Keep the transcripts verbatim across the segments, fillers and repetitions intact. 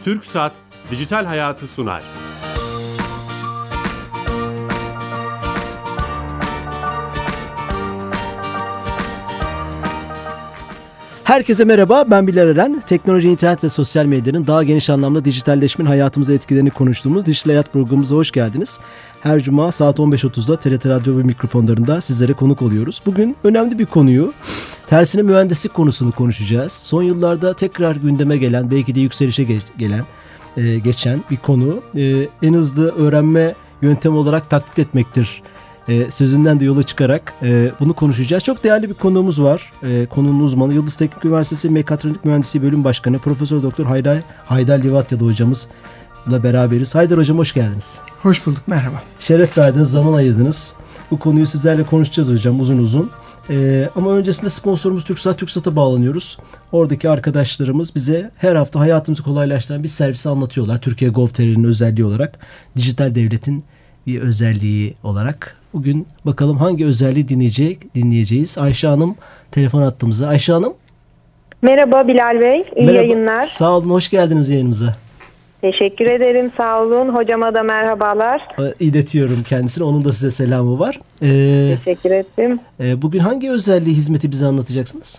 TürkSat Dijital Hayatı sunar. Herkese merhaba, ben Bilal Eren. Teknoloji, internet ve sosyal medyanın daha geniş anlamda dijitalleşmenin hayatımıza etkilerini konuştuğumuz Dijital Hayat programımıza hoş geldiniz. Her cuma saat on beş otuzda T R T Radyo ve mikrofonlarında sizlere konuk oluyoruz. Bugün önemli bir konuyu, tersine mühendislik konusunu konuşacağız. Son yıllarda tekrar gündeme gelen, belki de yükselişe gelen, e, geçen bir konu. E, en hızlı öğrenme yöntemi olarak taklit etmektir. E, sözünden de yola çıkarak e, bunu konuşacağız. Çok değerli bir konuğumuz var. E, konunun uzmanı Yıldız Teknik Üniversitesi Mekatronik Mühendisliği Bölüm Başkanı Profesör Doktor Haydar, Haydar Livatyalı hocamızla beraberiz. Haydar hocam hoş geldiniz. Hoş bulduk, merhaba. Şeref verdiniz, zaman ayırdınız. Bu konuyu sizlerle konuşacağız hocam uzun uzun. Ee, ama öncesinde sponsorumuz TürkSat, TürkSat'a bağlanıyoruz. Oradaki arkadaşlarımız bize her hafta hayatımızı kolaylaştıran bir servisi anlatıyorlar. Türkiye Gov.tr'nin özelliği olarak, dijital devletin bir özelliği olarak. Bugün bakalım hangi özelliği dinleyecek, dinleyeceğiz. Ayşe Hanım telefon attığımızda. Ayşe Hanım. Merhaba Bilal Bey, iyi Merhaba. Yayınlar. Sağ olun, hoş geldiniz yayınımıza. Teşekkür ederim, sağ olun. Hocama da merhabalar. İletiyorum kendisine, onun da size selamı var. Ee, Teşekkür ettim. E, bugün hangi özelliği, hizmeti bize anlatacaksınız?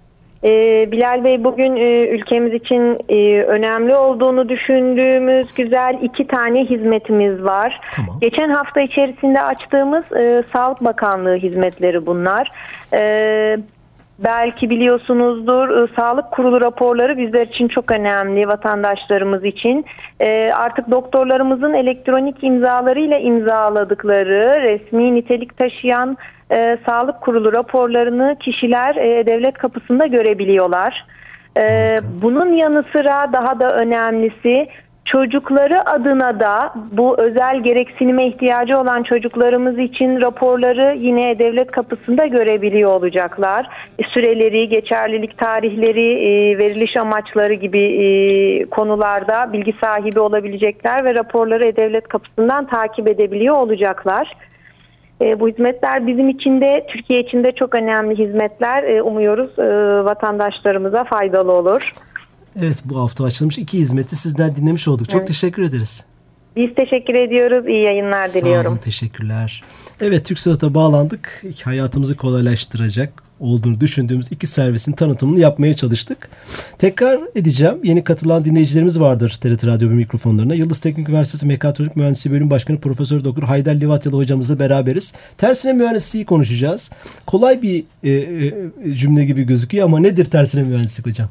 Ee, Bilal Bey, bugün e, ülkemiz için e, önemli olduğunu düşündüğümüz güzel iki tane hizmetimiz var. Tamam. Geçen hafta içerisinde açtığımız e, Sağlık Bakanlığı hizmetleri bunlar. E, belki biliyorsunuzdur, e, Sağlık Kurulu raporları bizler için çok önemli, vatandaşlarımız için. E, artık doktorlarımızın elektronik imzalarıyla imzaladıkları resmi nitelik taşıyan E, Sağlık Kurulu raporlarını kişiler e, devlet kapısında görebiliyorlar. E, bunun yanı sıra daha da önemlisi, çocukları adına da bu özel gereksinime ihtiyacı olan çocuklarımız için raporları yine devlet kapısında görebiliyor olacaklar. E, süreleri, geçerlilik tarihleri, e, veriliş amaçları gibi e, konularda bilgi sahibi olabilecekler ve raporları devlet kapısından takip edebiliyor olacaklar. E, bu hizmetler bizim için de, Türkiye için de çok önemli hizmetler. E, umuyoruz e, vatandaşlarımıza faydalı olur. Evet, bu hafta açılmış iki hizmeti sizden dinlemiş olduk. Çok evet. Teşekkür ederiz. Biz teşekkür ediyoruz. İyi yayınlar diliyorum. Sağ olun, teşekkürler. Evet, TürkSat'a bağlandık. Hayatımızı kolaylaştıracak olduğunu düşündüğümüz iki servisin tanıtımını yapmaya çalıştık. Tekrar edeceğim. Yeni katılan dinleyicilerimiz vardır T R T Radyo mikrofonlarına. Yıldız Teknik Üniversitesi Mekatronik Mühendisliği Bölüm Başkanı Profesör Doktor Haydar Livatyalı hocamızla beraberiz. Tersine mühendisliği konuşacağız. Kolay bir e, e, cümle gibi gözüküyor ama nedir tersine mühendislik hocam?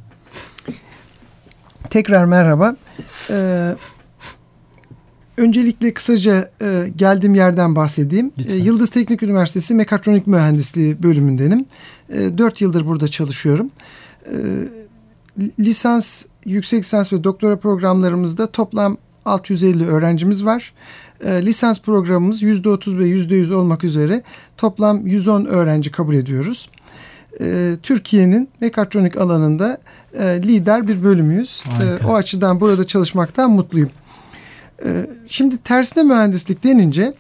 Tekrar merhaba. Ee, öncelikle kısaca e, geldiğim yerden bahsedeyim. E, Yıldız Teknik Üniversitesi Mekatronik Mühendisliği bölümündenim. E, dört yıldır burada çalışıyorum. E, lisans, yüksek lisans ve doktora programlarımızda toplam altı yüz elli öğrencimiz var. E, lisans programımız yüzde otuz ve yüzde yüz olmak üzere toplam yüz on öğrenci kabul ediyoruz. E, Türkiye'nin mekatronik alanında e, lider bir bölümüyüz. E, o açıdan burada çalışmaktan mutluyum. E, şimdi tersine mühendislik denince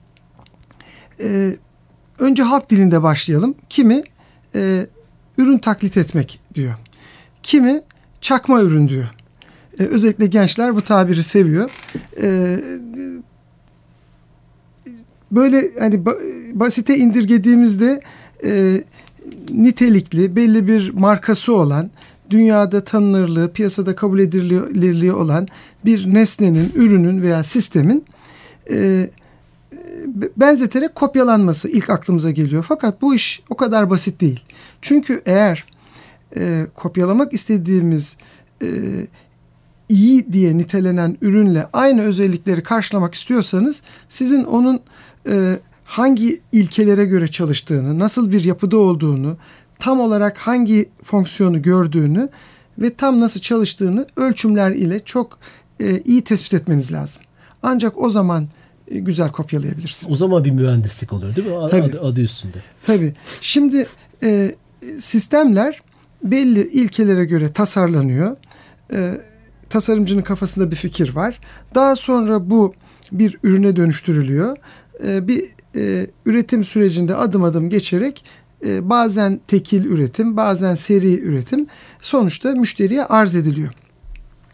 e, önce halk dilinde başlayalım. Kimi e, ürün taklit etmek diyor. Kimi çakma ürün diyor. E, özellikle gençler bu tabiri seviyor. E, böyle hani basite indirgediğimizde e, nitelikli, belli bir markası olan, dünyada tanınırlığı, piyasada kabul edilirliği olan bir nesnenin, ürünün veya sistemin e, benzeterek kopyalanması ilk aklımıza geliyor. Fakat bu iş o kadar basit değil. Çünkü eğer e, kopyalamak istediğimiz e, iyi diye nitelenen ürünle aynı özellikleri karşılamak istiyorsanız, sizin onun e, hangi ilkelere göre çalıştığını, nasıl bir yapıda olduğunu, tam olarak hangi fonksiyonu gördüğünü ve tam nasıl çalıştığını ölçümler ile çok e, iyi tespit etmeniz lazım. Ancak o zaman e, güzel kopyalayabilirsiniz. O zaman bir mühendislik oluyor değil mi? Adı, adı üstünde. Tabii. Şimdi e, sistemler belli ilkelere göre tasarlanıyor. E, tasarımcının kafasında bir fikir var. Daha sonra bu bir ürüne dönüştürülüyor. E, bir e, üretim sürecinde adım adım geçerek e, bazen tekil üretim, bazen seri üretim sonuçta müşteriye arz ediliyor.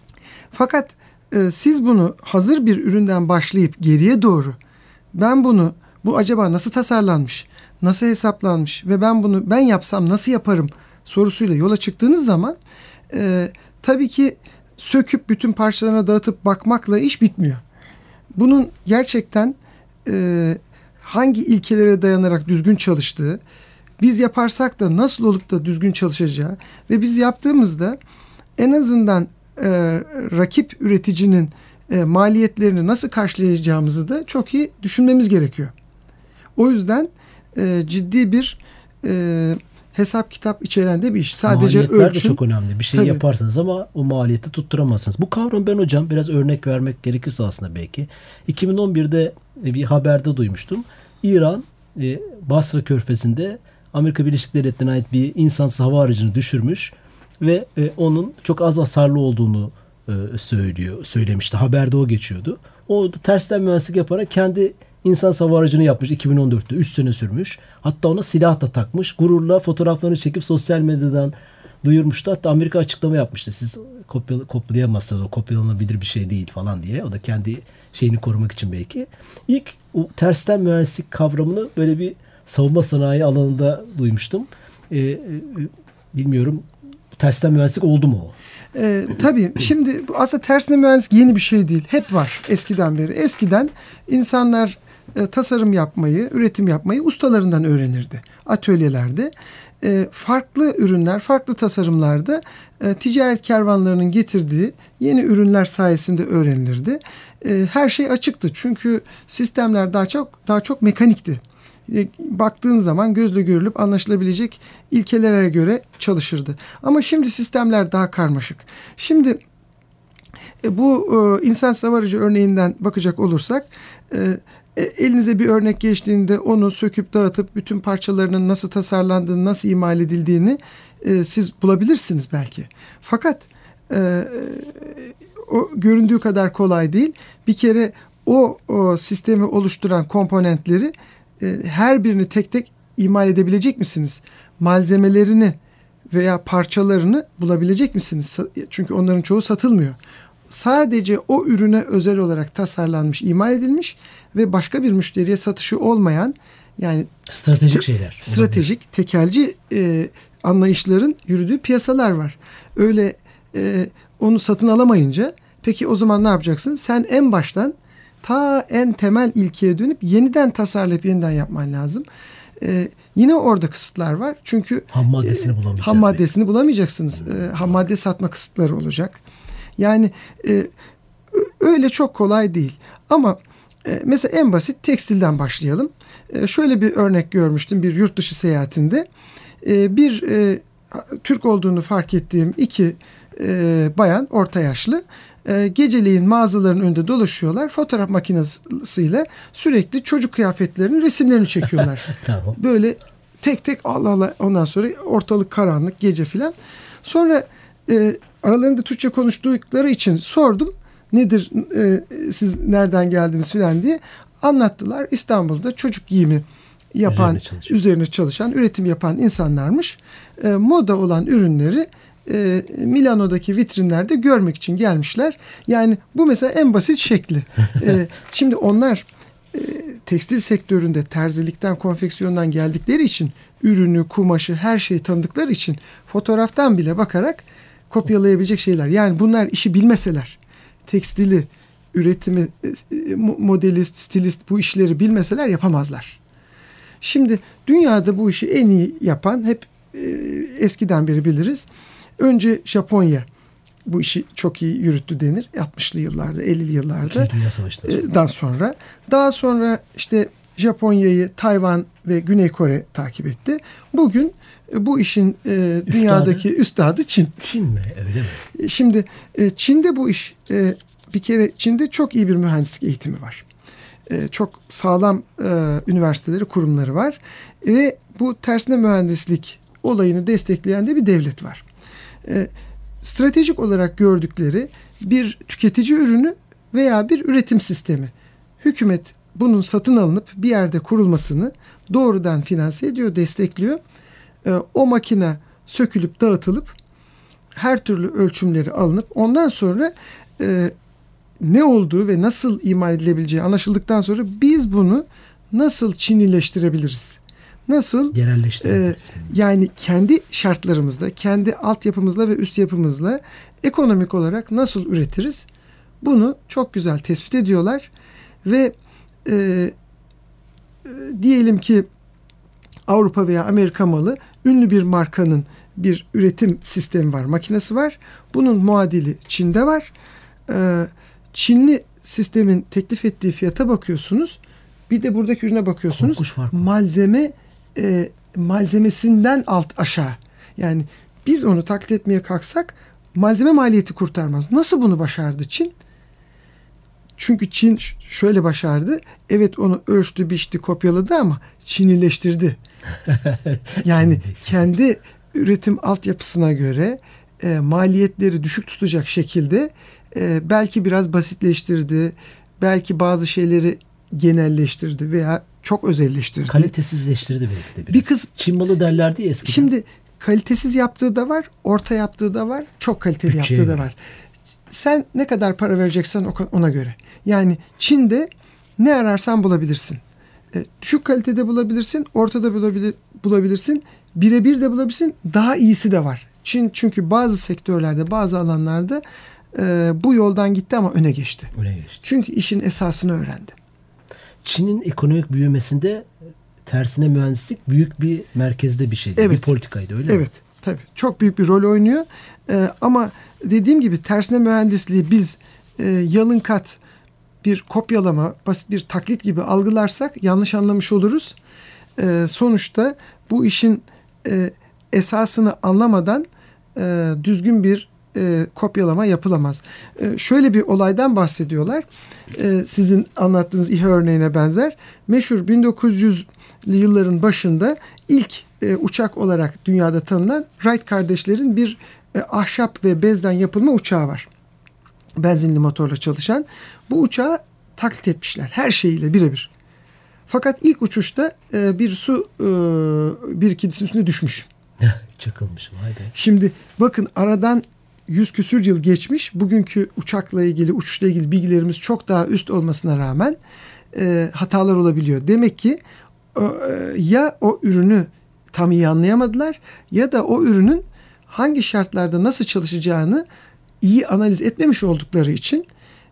Fakat e, siz bunu hazır bir üründen başlayıp geriye doğru ben bunu bu acaba nasıl tasarlanmış, nasıl hesaplanmış ve ben bunu ben yapsam nasıl yaparım sorusuyla yola çıktığınız zaman e, tabii ki söküp bütün parçalarına dağıtıp bakmakla iş bitmiyor. Bunun gerçekten e, hangi ilkelere dayanarak düzgün çalıştığı, biz yaparsak da nasıl olup da düzgün çalışacağı ve biz yaptığımızda en azından e, rakip üreticinin e, maliyetlerini nasıl karşılayacağımızı da çok iyi düşünmemiz gerekiyor. O yüzden e, ciddi bir e, hesap kitap içeren de bir iş. Sadece Maliyetler ölçüm. de çok önemli. Bir şey Tabii. yaparsınız ama o maliyeti tutturamazsınız. Bu kavram ben hocam biraz örnek vermek gerekirse aslında belki. iki bin on birde bir haberde duymuştum. İran e, Basra Körfezi'nde Amerika Birleşik Devletleri'ne ait bir insansız hava aracını düşürmüş ve e, onun çok az hasarlı olduğunu e, söylüyor, söylemişti. Haberde o geçiyordu. O da tersten mühendislik yaparak kendi insansız hava aracını yapmış iki bin on dörtte. üç sene sürmüş. Hatta ona silah da takmış. Gururla fotoğraflarını çekip sosyal medyadan duyurmuştu. Hatta Amerika açıklama yapmıştı. Siz kopyala, kopyalayamazsınız. O kopyalanabilir bir şey değil falan diye. O da kendi şeyini korumak için belki. İlk o tersten mühendislik kavramını böyle bir savunma sanayi alanında duymuştum. Ee, e, bilmiyorum tersten mühendislik oldu mu o? Ee, tabii şimdi aslında tersten mühendislik yeni bir şey değil. Hep var eskiden beri. Eskiden insanlar e, tasarım yapmayı, üretim yapmayı ustalarından öğrenirdi. Atölyelerde. E, farklı ürünler, farklı tasarımlarda e, ticaret kervanlarının getirdiği yeni ürünler sayesinde öğrenilirdi. E, her şey açıktı. Çünkü sistemler daha çok daha çok mekanikti. E, baktığın zaman gözle görülüp anlaşılabilecek ilkelere göre çalışırdı. Ama şimdi sistemler daha karmaşık. Şimdi e, bu e, insansız hava aracı örneğinden bakacak olursak e, elinize bir örnek geçtiğinde onu söküp dağıtıp bütün parçalarının nasıl tasarlandığını, nasıl imal edildiğini e, siz bulabilirsiniz belki. Fakat e, o göründüğü kadar kolay değil. Bir kere o, o sistemi oluşturan komponentleri e, her birini tek tek imal edebilecek misiniz? Malzemelerini veya parçalarını bulabilecek misiniz? Çünkü onların çoğu satılmıyor. Sadece o ürüne özel olarak tasarlanmış, imal edilmiş ve başka bir müşteriye satışı olmayan, yani stratejik te- şeyler. Stratejik, olabilir. tekelci e, anlayışların yürüdüğü piyasalar var. Öyle e, onu satın alamayınca peki o zaman ne yapacaksın? Sen en baştan ta en temel ilkeye dönüp yeniden tasarlayıp yeniden yapman lazım. E, yine orada kısıtlar var. Çünkü ham maddesini bulamayacağız. Ham maddesini bulamayacaksınız. E, ham madde satma kısıtları olacak. Yani e, öyle çok kolay değil. Ama e, mesela en basit tekstilden başlayalım. E, şöyle bir örnek görmüştüm bir yurt dışı seyahatinde. E, bir e, Türk olduğunu fark ettiğim iki e, bayan, orta yaşlı, e, geceleyin mağazaların önünde dolaşıyorlar. Fotoğraf makinesiyle sürekli çocuk kıyafetlerinin resimlerini çekiyorlar. Tamam. Böyle tek tek Allah Allah, ondan sonra ortalık karanlık, gece filan. Sonra e, aralarında Türkçe konuştukları için sordum. Nedir, e, siz nereden geldiniz filan diye. Anlattılar. İstanbul'da çocuk giyimi yapan, üzerine, üzerine çalışan, üretim yapan insanlarmış. E, moda olan ürünleri e, Milano'daki vitrinlerde görmek için gelmişler. Yani bu mesela en basit şekli. E, şimdi onlar e, tekstil sektöründe terzilikten, konfeksiyondan geldikleri için ürünü, kumaşı, her şeyi tanıdıkları için fotoğraftan bile bakarak kopyalayabilecek şeyler. Yani bunlar işi bilmeseler, tekstili, üretimi, modelist, stilist bu işleri bilmeseler yapamazlar. Şimdi dünyada bu işi en iyi yapan, hep e, eskiden beri biliriz. Önce Japonya bu işi çok iyi yürüttü denir. altmışlı yıllarda, ellili yıllarda. İkinci Dünya Savaşı'ndan sonra. sonra. Daha sonra işte Japonya'yı, Tayvan ve Güney Kore takip etti. Bugün bu işin e, dünyadaki üstadı Çin. Çin mi? Öyle mi? Şimdi e, Çin'de bu iş, e, bir kere Çin'de çok iyi bir mühendislik eğitimi var. E, çok sağlam e, üniversiteleri, kurumları var. Ve bu tersine mühendislik olayını destekleyen de bir devlet var. E, stratejik olarak gördükleri bir tüketici ürünü veya bir üretim sistemi. Hükümet bunun satın alınıp bir yerde kurulmasını doğrudan finanse ediyor, destekliyor. E, o makine sökülüp dağıtılıp her türlü ölçümleri alınıp ondan sonra e, ne olduğu ve nasıl imal edilebileceği anlaşıldıktan sonra biz bunu nasıl Çinileştirebiliriz? Nasıl yerelleştirebiliriz? E, yani kendi şartlarımızla, kendi altyapımızla ve üst yapımızla ekonomik olarak nasıl üretiriz? Bunu çok güzel tespit ediyorlar ve e, e, diyelim ki Avrupa veya Amerika malı ünlü bir markanın bir üretim sistemi var, makinesi var. Bunun muadili Çin'de var. E, Çinli sistemin teklif ettiği fiyata bakıyorsunuz. Bir de buradaki ürüne bakıyorsunuz. Malzeme e, malzemesinden alt aşağı. Yani biz onu taklit etmeye kalksak malzeme maliyeti kurtarmaz. Nasıl bunu başardı Çin? Çünkü Çin şöyle başardı. Evet, onu ölçtü, biçti, kopyaladı ama Çinileştirdi. Yani kendi üretim altyapısına göre e, maliyetleri düşük tutacak şekilde e, belki biraz basitleştirdi. Belki bazı şeyleri genelleştirdi veya çok özelleştirdi. Kalitesizleştirdi belki de biraz. Bir kız Çin malı derlerdi ya eskiden. Şimdi kalitesiz yaptığı da var, orta yaptığı da var, çok kaliteli Bütçeye yaptığı da göre. var. Sen ne kadar para vereceksen ona göre. Yani Çin'de ne ararsan bulabilirsin. E, düşük kalitede bulabilirsin, ortada bulabilir, bulabilirsin, birebir de bulabilirsin, daha iyisi de var. Çin çünkü bazı sektörlerde, bazı alanlarda e, bu yoldan gitti ama öne geçti. Öne geçti. Çünkü işin esasını öğrendi. Çin'in ekonomik büyümesinde tersine mühendislik büyük bir merkezde bir şeydi. Evet. Bir politikaydı, öyle evet, mi? Evet, tabii. Çok büyük bir rol oynuyor. E, ama dediğim gibi tersine mühendisliği biz e, yalın kat bir kopyalama, basit bir taklit gibi algılarsak yanlış anlamış oluruz. E, sonuçta bu işin e, esasını anlamadan e, düzgün bir e, kopyalama yapılamaz. E, şöyle bir olaydan bahsediyorlar. E, sizin anlattığınız İHA örneğine benzer. Meşhur bin dokuz yüzlü yılların başında ilk e, uçak olarak dünyada tanınan Wright kardeşlerin bir e, ahşap ve bezden yapılma uçağı var. Benzinli motorla çalışan. Bu uçağı taklit etmişler. Her şeyiyle birebir. Fakat ilk uçuşta e, bir su e, birikintisinin üstüne düşmüş. Çakılmış. Vay be. Şimdi bakın, aradan yüz küsür yıl geçmiş. Bugünkü uçakla ilgili, uçuşla ilgili bilgilerimiz çok daha üst olmasına rağmen e, hatalar olabiliyor. Demek ki e, ya o ürünü tam iyi anlayamadılar ya da o ürünün hangi şartlarda nasıl çalışacağını iyi analiz etmemiş oldukları için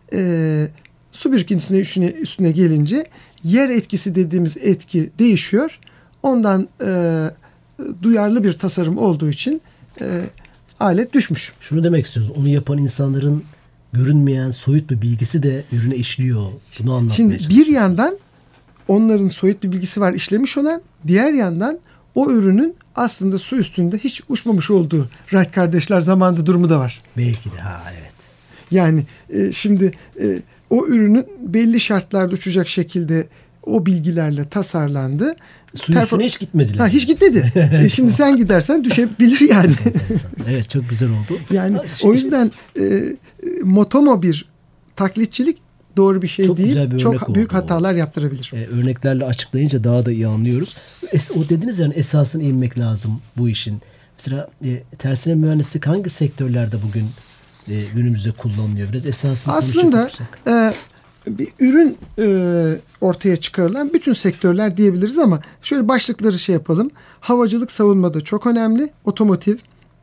e, su birikintisine üstüne, üstüne gelince yer etkisi dediğimiz etki değişiyor. Ondan e, duyarlı bir tasarım olduğu için e, alet düşmüş. Şunu demek istiyoruz. Onu yapan insanların görünmeyen soyut bir bilgisi de ürüne işliyor. Bunu anlatmaya Şimdi çalışıyor. bir yandan onların soyut bir bilgisi var, işlemiş olan, diğer yandan o ürünün aslında su üstünde hiç uçmamış olduğu Wright kardeşler zamanında durumu da var. Belki de. Ha evet. Yani e, şimdi e, o ürünün belli şartlarda uçacak şekilde o bilgilerle tasarlandı. Suyun Perfor- üstüne hiç gitmediler. Ha, hiç gitmedi. e, şimdi sen gidersen düşebilir yani. Evet, çok güzel oldu. Yani Ha, o yüzden e, motomo bir taklitçilik doğru bir şey Çok değil. güzel bir Çok örnek büyük oldu. hatalar yaptırabilir. Ee, örneklerle açıklayınca daha da iyi anlıyoruz. Es- o dediniz yani esasına inmek lazım bu işin. Mesela e, tersine mühendislik hangi sektörlerde bugün e, günümüzde kullanılıyor? Biraz esasını Aslında konuşacak olursak. e, bir ürün e, ortaya çıkarılan bütün sektörler diyebiliriz ama şöyle başlıkları şey yapalım. Havacılık, savunmada çok önemli. Otomotiv,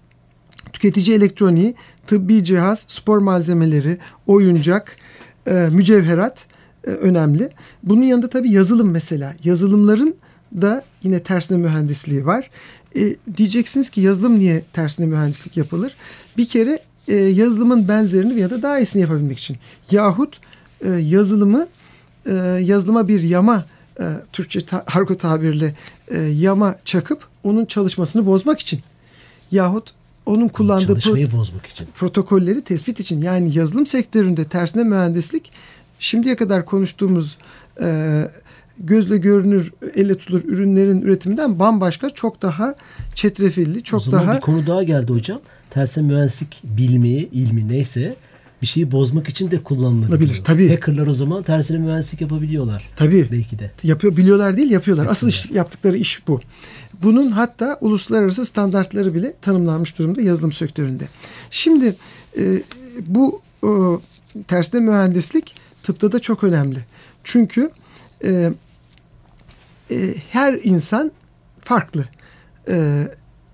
tüketici elektroniği, tıbbi cihaz, spor malzemeleri, oyuncak, e, mücevherat e, önemli. Bunun yanında tabii yazılım mesela. Yazılımların da yine tersine mühendisliği var. E, diyeceksiniz ki yazılım niye tersine mühendislik yapılır? Bir kere e, yazılımın benzerini ya da daha iyisini yapabilmek için. Yahut e, yazılımı e, yazılıma bir yama, e, Türkçe ta, argo tabirle e, yama çakıp onun çalışmasını bozmak için. Yahut onun kullandığı Çalışmayı pro- bozmak için. protokolleri tespit için. Yani yazılım sektöründe tersine mühendislik şimdiye kadar konuştuğumuz e, gözle görünür, elle tutulur ürünlerin üretiminden bambaşka, çok daha çetrefilli, çok o zaman daha... bir konu daha geldi hocam. Tersine mühendislik bilmeyi, ilmi neyse bir şeyi bozmak için de kullanılabilir. Tabii. Hackerlar o zaman tersine mühendislik yapabiliyorlar. Tabii. Belki de. Yapıyor, biliyorlar değil, yapıyorlar. Asıl Yapıyorlar. iş, yaptıkları iş bu. Bunun hatta uluslararası standartları bile tanımlanmış durumda yazılım sektöründe. Şimdi e, bu e, tersine mühendislik tıpta da çok önemli. Çünkü e, e, her insan farklı. E,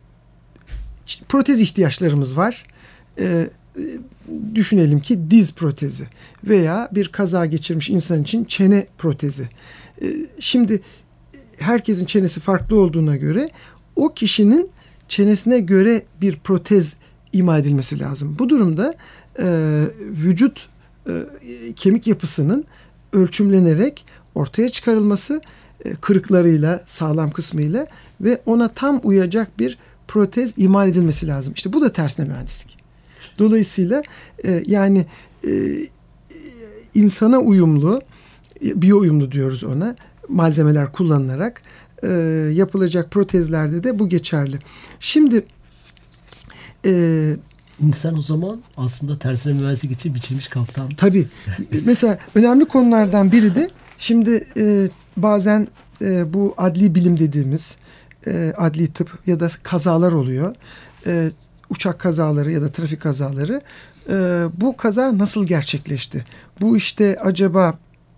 protez ihtiyaçlarımız var. E, düşünelim ki diz protezi veya bir kaza geçirmiş insan için çene protezi. E, şimdi herkesin çenesi farklı olduğuna göre o kişinin çenesine göre bir protez ima edilmesi lazım. Bu durumda e, vücut e, kemik yapısının ölçümlenerek ortaya çıkarılması, e, kırıklarıyla, sağlam kısmıyla ve ona tam uyacak bir protez imal edilmesi lazım. İşte bu da tersine mühendislik. Dolayısıyla e, yani e, insana uyumlu, e, biyo uyumlu diyoruz ona, malzemeler kullanılarak e, yapılacak protezlerde de bu geçerli. Şimdi e, İnsan o zaman aslında tersine mühendislik için biçilmiş kaftan. Tabii. Mesela önemli konulardan biri de şimdi e, bazen e, bu adli bilim dediğimiz e, adli tıp ya da kazalar oluyor. E, uçak kazaları ya da trafik kazaları. E, bu kaza nasıl gerçekleşti? Bu işte acaba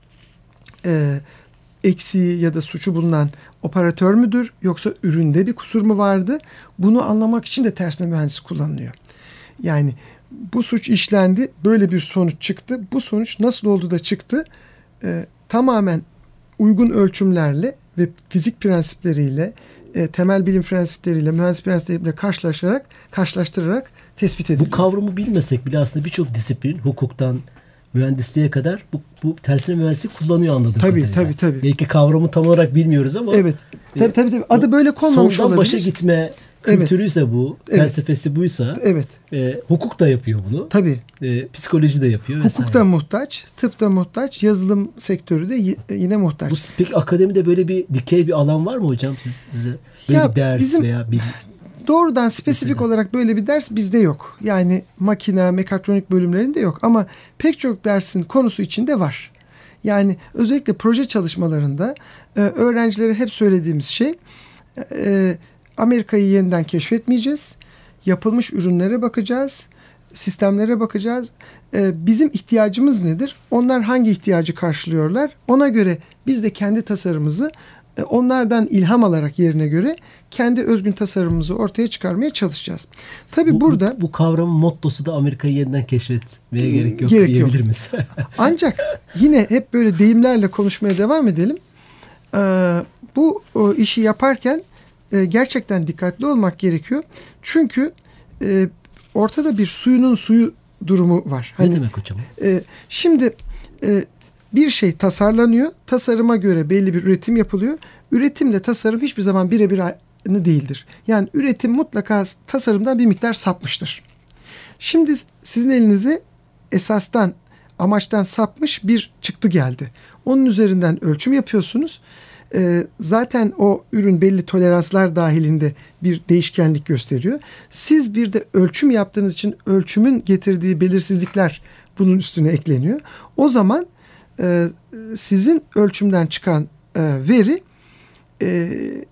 e, eksiği ya da suçu bulunan operatör müdür? Yoksa üründe bir kusur mu vardı? Bunu anlamak için de tersine mühendislik kullanılıyor. Yani bu suç işlendi, böyle bir sonuç çıktı. Bu sonuç nasıl oldu da çıktı? E, tamamen uygun ölçümlerle ve fizik prensipleriyle, e, temel bilim prensipleriyle, mühendis prensipleriyle karşılaşarak, karşılaştırarak tespit ediliyor. Bu kavramı bilmesek bile aslında birçok disiplin, hukuktan mühendisliğe kadar bu, bu tersine mühendislik kullanıyor anladığım tabii, kadarıyla. Tabii tabii. Belki kavramı tam olarak bilmiyoruz ama. Evet. Tabii tabii. tabii. Adı böyle konmamış sondan olabilir. başa gitme kültürüyse evet. bu, evet. felsefesi buysa. Evet. E, hukuk da yapıyor bunu. Tabii. E, psikoloji de yapıyor. Hukuk vesaire. da muhtaç, tıp da muhtaç, yazılım sektörü de y- yine muhtaç. Bu peki akademide böyle bir dikey bir alan var mı hocam siz, size? Böyle Ya bir ders bizim, veya bir doğrudan spesifik mesela olarak böyle bir ders bizde yok. Yani makine, mekatronik bölümlerinde yok ama pek çok dersin konusu içinde var. Yani özellikle proje çalışmalarında e, öğrencilere hep söylediğimiz şey e, Amerika'yı yeniden keşfetmeyeceğiz. Yapılmış ürünlere bakacağız. Sistemlere bakacağız. E, bizim ihtiyacımız nedir? Onlar hangi ihtiyacı karşılıyorlar? Ona göre biz de kendi tasarımımızı e, onlardan ilham alarak yerine göre kendi özgün tasarımımızı ortaya çıkarmaya çalışacağız. Tabii bu, burada bu, bu kavramın mottosu da Amerika'yı yeniden keşfetmeye hmm, gerek yok gerek diyebilir yok. miyiz? Ancak yine hep böyle deyimlerle konuşmaya devam edelim. Ee, bu o, işi yaparken e, gerçekten dikkatli olmak gerekiyor. Çünkü e, ortada bir suyunun suyu durumu var. Ne hani, demek hocam? E, şimdi e, bir şey tasarlanıyor. Tasarıma göre belli bir üretim yapılıyor. Üretimle tasarım hiçbir zaman birebir aynı değildir. Yani üretim mutlaka tasarımdan bir miktar sapmıştır. Şimdi sizin elinize esastan, amaçtan sapmış bir çıktı geldi. Onun üzerinden ölçüm yapıyorsunuz. Ee, zaten o ürün belli toleranslar dahilinde bir değişkenlik gösteriyor. Siz bir de ölçüm yaptığınız için ölçümün getirdiği belirsizlikler bunun üstüne ekleniyor. O zaman e, sizin ölçümden çıkan e, veri e,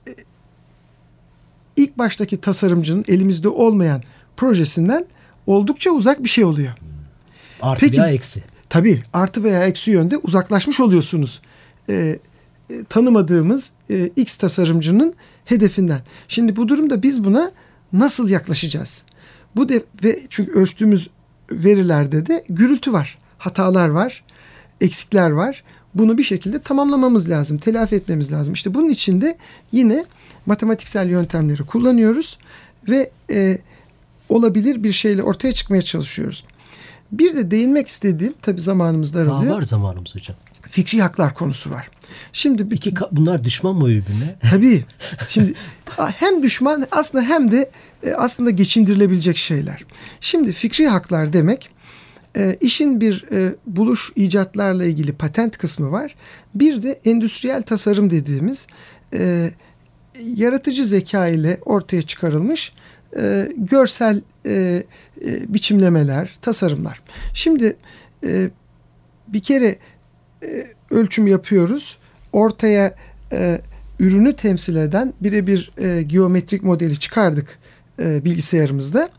ilk baştaki tasarımcının elimizde olmayan projesinden oldukça uzak bir şey oluyor. Artı Peki, veya eksi. Tabii artı veya eksi yönde uzaklaşmış oluyorsunuz. Ee, e, tanımadığımız e, X tasarımcının hedefinden. Şimdi bu durumda biz buna nasıl yaklaşacağız? Bu de ve çünkü ölçtüğümüz verilerde de gürültü var, hatalar var, eksikler var. Bunu bir şekilde tamamlamamız lazım, telafi etmemiz lazım. İşte bunun için de yine matematiksel yöntemleri kullanıyoruz ve e, olabilir bir şeyle ortaya çıkmaya çalışıyoruz. Bir de değinmek istediğim, tabii zamanımız daralıyor. Daha var zamanımız hocam. Fikri haklar konusu var. Şimdi İki, bunlar düşman mı birbirine? Tabii. Şimdi hem düşman aslında hem de aslında geçindirilebilecek şeyler. Şimdi fikri haklar demek e, işin bir e, buluş icatlarla ilgili patent kısmı var. Bir de endüstriyel tasarım dediğimiz e, yaratıcı zeka ile ortaya çıkarılmış e, görsel e, e, biçimlemeler, tasarımlar. Şimdi e, bir kere e, ölçüm yapıyoruz. Ortaya e, ürünü temsil eden birebir e, geometrik modeli çıkardık e, bilgisayarımızda.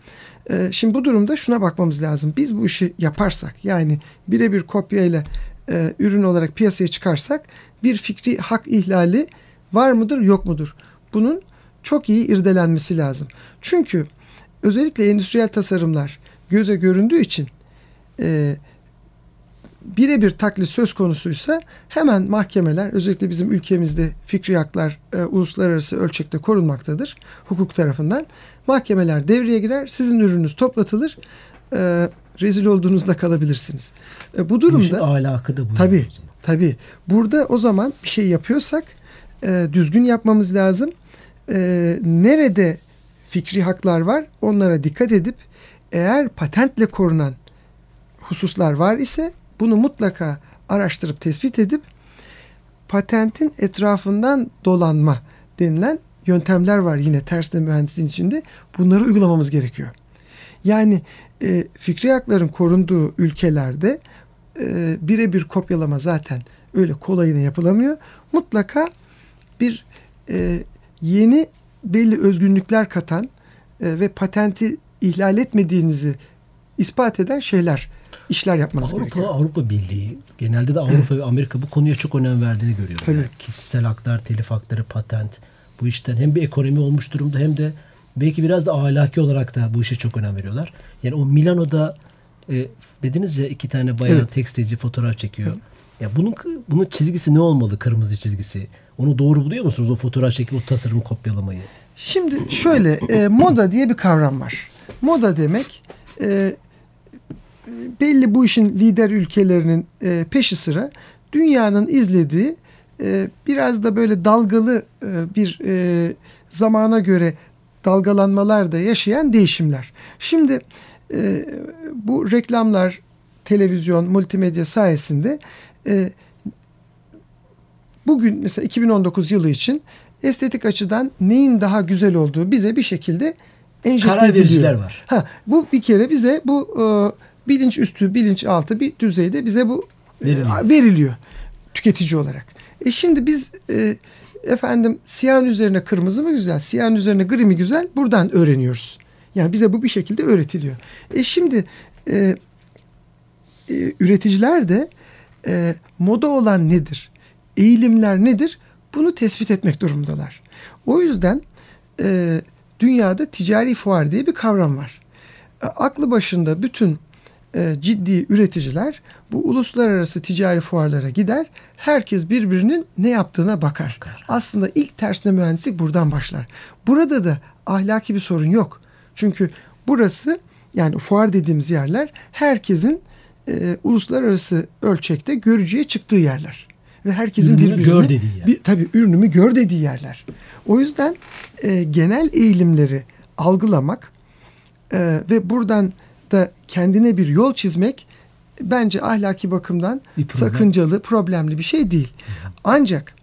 E, şimdi bu durumda şuna bakmamız lazım. Biz bu işi yaparsak, yani birebir kopyayla e, ürün olarak piyasaya çıkarsak bir fikri hak ihlali var mıdır, yok mudur? Bunun çok iyi irdelenmesi lazım. Çünkü özellikle endüstriyel tasarımlar göze göründüğü için e, birebir taklit söz konusuysa hemen mahkemeler, özellikle bizim ülkemizde fikri haklar e, uluslararası ölçekte korunmaktadır hukuk tarafından. Mahkemeler devreye girer, sizin ürününüz toplatılır, e, rezil olduğunuzda kalabilirsiniz. E, bu durumda... Bu işin ahlakı da bu. Tabii, tabii. Burada o zaman bir şey yapıyorsak e, düzgün yapmamız lazım. E, nerede fikri haklar var onlara dikkat edip eğer patentle korunan hususlar var ise bunu mutlaka araştırıp tespit edip patentin etrafından dolanma denilen yöntemler var yine tersine mühendisliğin içinde. Bunları uygulamamız gerekiyor. Yani e, fikri hakların korunduğu ülkelerde e, birebir kopyalama zaten öyle kolayına yapılamıyor. Mutlaka bir e, yeni belli özgünlükler katan e, ve patenti ihlal etmediğinizi ispat eden şeyler, işler yapmanız Avrupa, gerekiyor. Avrupa Birliği, genelde de Avrupa ve Amerika bu konuya çok önem verdiğini görüyorum. Tabii. Yani kişisel haklar, telif hakları, patent, bu işten hem bir ekonomi olmuş durumda hem de belki biraz da ahlaki olarak da bu işe çok önem veriyorlar. Yani o Milano'da e, dediniz ya iki tane bayağı Evet. tekstilci fotoğraf çekiyor. Ya bunun bunun çizgisi ne olmalı, kırmızı çizgisi? Onu doğru buluyor musunuz o fotoğraf çekip o tasarımı kopyalamayı? Şimdi şöyle e, moda diye bir kavram var. Moda demek e, belli bu işin lider ülkelerinin e, peşi sıra dünyanın izlediği e, biraz da böyle dalgalı e, bir e, zamana göre dalgalanmalar da yaşayan değişimler. Şimdi e, bu reklamlar, televizyon, multimedya sayesinde e, bugün mesela iki bin on dokuz yılı için estetik açıdan neyin daha güzel olduğu bize bir şekilde enjekte Karar ediliyor. vericiler var. Ha, bu bir kere bize bu e, bilinç üstü, bilinç altı bir düzeyde bize bu e, Veriliyor. veriliyor tüketici olarak. E şimdi biz e, efendim siyahın üzerine kırmızı mı güzel, siyahın üzerine gri mi güzel buradan öğreniyoruz. Yani bize bu bir şekilde öğretiliyor. E şimdi e, e, üreticiler de e, moda olan nedir? Eğilimler nedir? Bunu tespit etmek durumundalar. O yüzden e, dünyada ticari fuar diye bir kavram var. E, aklı başında bütün e, ciddi üreticiler bu uluslararası ticari fuarlara gider. Herkes birbirinin ne yaptığına bakar. bakar. Aslında ilk tersine mühendislik buradan başlar. Burada da ahlaki bir sorun yok. Çünkü burası, yani fuar dediğimiz yerler herkesin e, uluslararası ölçekte görücüye çıktığı yerler. Ve herkesin ürünümü birbirini gör dediği yer. Bir, tabii ürünümü gör dediği yerler. O yüzden e, genel eğilimleri algılamak e, ve buradan da kendine bir yol çizmek bence ahlaki bakımdan Bir problem. sakıncalı, problemli bir şey değil. Ancak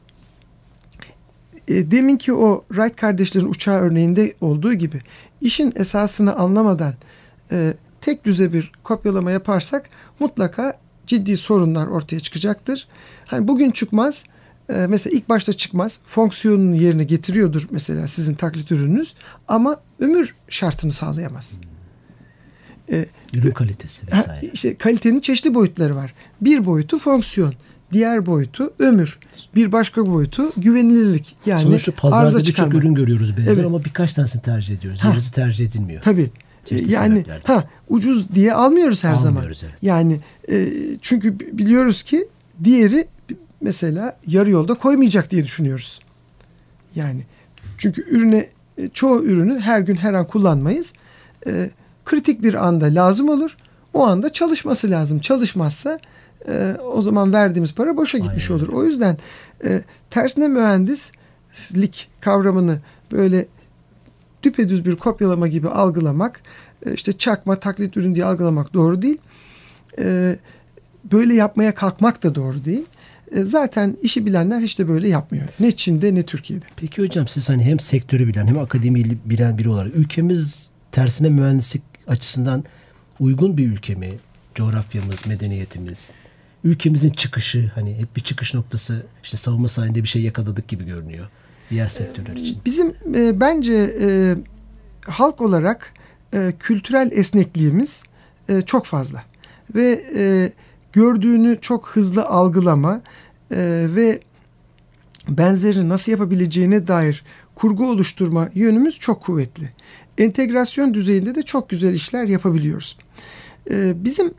e, deminki o Wright kardeşlerin uçağı örneğinde olduğu gibi işin esasını anlamadan e, tek düze bir kopyalama yaparsak mutlaka ciddi sorunlar ortaya çıkacaktır. Hani bugün çıkmaz, e, mesela ilk başta çıkmaz, fonksiyonunu yerine getiriyordur mesela sizin taklit ürününüz ama ömür şartını sağlayamaz. E, Ürün kalitesi vesaire. Ha, işte kalitenin çeşitli boyutları var. Bir boyutu fonksiyon, diğer boyutu ömür, bir başka boyutu güvenilirlik. Yani sonuçta pazarda arıza birçok çıkarma. ürün görüyoruz benzer Evet. ama birkaç tanesini tercih ediyoruz. Ha. Gerisi tercih edilmiyor. Tabii. Çeşitli Yani sebeplerden. ha ucuz diye almıyoruz her Almıyoruz, zaman. evet. Yani e, çünkü biliyoruz ki diğeri mesela yarı yolda koymayacak diye düşünüyoruz. Yani çünkü ürüne e, çoğu ürünü her gün her an kullanmayız. E, kritik bir anda lazım olur. O anda çalışması lazım. Çalışmazsa e, o zaman verdiğimiz para boşa gitmiş Aynen. olur. O yüzden e, tersine mühendislik kavramını böyle düpedüz bir kopyalama gibi algılamak, e, işte çakma, taklit ürün diye algılamak doğru değil. E, böyle yapmaya kalkmak da doğru değil. E, zaten işi bilenler hiç de böyle yapmıyor. Ne Çin'de ne Türkiye'de. Peki hocam siz hani hem sektörü bilen hem akademiyi bilen biri olarak ülkemiz tersine mühendislik açısından uygun bir ülke mi? Coğrafyamız, medeniyetimiz, ülkemizin çıkışı, hani hep bir çıkış noktası, işte savunma sanayinde bir şey yakaladık gibi görünüyor diğer sektörler için. Bizim e, bence e, halk olarak e, kültürel esnekliğimiz e, çok fazla. Ve e, gördüğünü çok hızlı algılama e, ve benzerini nasıl yapabileceğine dair kurgu oluşturma yönümüz çok kuvvetli. Entegrasyon düzeyinde de çok güzel işler yapabiliyoruz. E, bizim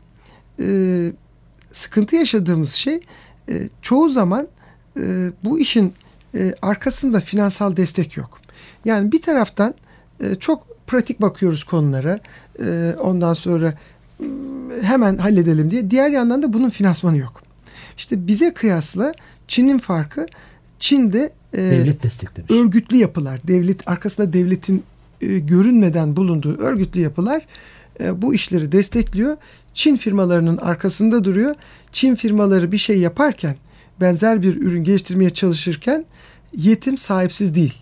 e, sıkıntı yaşadığımız şey e, çoğu zaman e, bu işin e, arkasında finansal destek yok. Yani bir taraftan e, çok pratik bakıyoruz konulara. E, ondan sonra e, hemen halledelim diye. Diğer yandan da bunun finansmanı yok. İşte bize kıyasla Çin'in farkı, Çin'de e, devlet desteklemiş. Örgütlü yapılar, devlet arkasında devletin e, görünmeden bulunduğu örgütlü yapılar e, bu işleri destekliyor. Çin firmalarının arkasında duruyor. Çin firmaları bir şey yaparken, benzer bir ürün geliştirmeye çalışırken yetim, sahipsiz değil.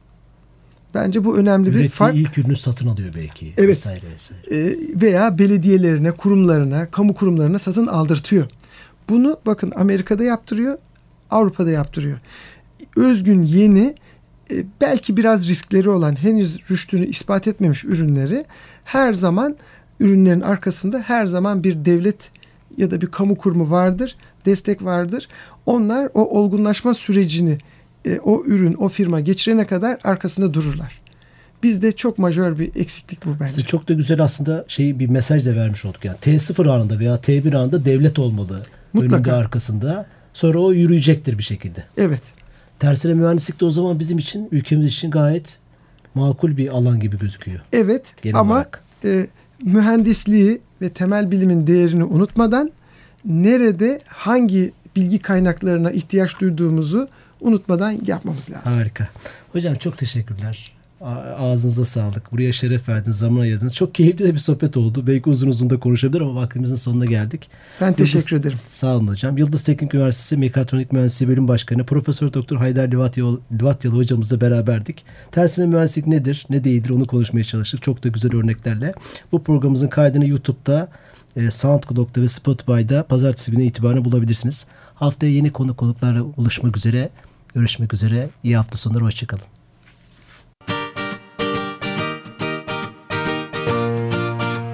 Bence bu önemli Ürettiği bir fark. ilk ürünü satın alıyor belki. Evet. Vesaire vesaire. E, veya belediyelerine, kurumlarına, kamu kurumlarına satın aldırtıyor. Bunu bakın Amerika'da yaptırıyor, Avrupa'da yaptırıyor. Özgün, yeni, e, belki biraz riskleri olan, henüz rüştünü ispat etmemiş ürünleri her zaman, ürünlerin arkasında her zaman bir devlet ya da bir kamu kurumu vardır, destek vardır. Onlar o olgunlaşma sürecini e, o ürün, o firma geçirene kadar arkasında dururlar. Bizde çok majör bir eksiklik bu bence. Size çok da güzel aslında şey bir mesaj da vermiş olduk. Yani T sıfır anında veya T bir anında devlet olmalı. Mutlaka. Önünde, arkasında. Sonra o yürüyecektir bir şekilde. Evet. Tersine mühendislik de o zaman bizim için, ülkemiz için gayet makul bir alan gibi gözüküyor. Evet Genel ama olarak. e, mühendisliği ve temel bilimin değerini unutmadan nerede hangi bilgi kaynaklarına ihtiyaç duyduğumuzu unutmadan yapmamız lazım. Harika. Hocam çok teşekkürler. Ağzınıza sağlık. Buraya şeref verdiniz, zaman ayırdınız. Çok keyifli de bir sohbet oldu. Belki uzun uzun da konuşabilir ama vaktimizin sonuna geldik. Ben Yıldız, teşekkür ederim. Sağ olun hocam. Yıldız Teknik Üniversitesi Mekatronik Mühendisliği Bölüm Başkanı Profesör Doktor Haydar Livatyalı, Livatyalı hocamızla beraberdik. Tersine mühendislik nedir, ne değildir onu konuşmaya çalıştık. Çok da güzel örneklerle. Bu programımızın kaydını YouTube'da, e, SoundCloud'da ve Spotify'da pazartesi günü itibaren bulabilirsiniz. Haftaya yeni konu konuklarla buluşmak üzere. Görüşmek üzere. İyi hafta sonları. Hoşçakalın.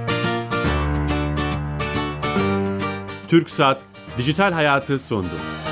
TürkSat Dijital Hayatı sondu.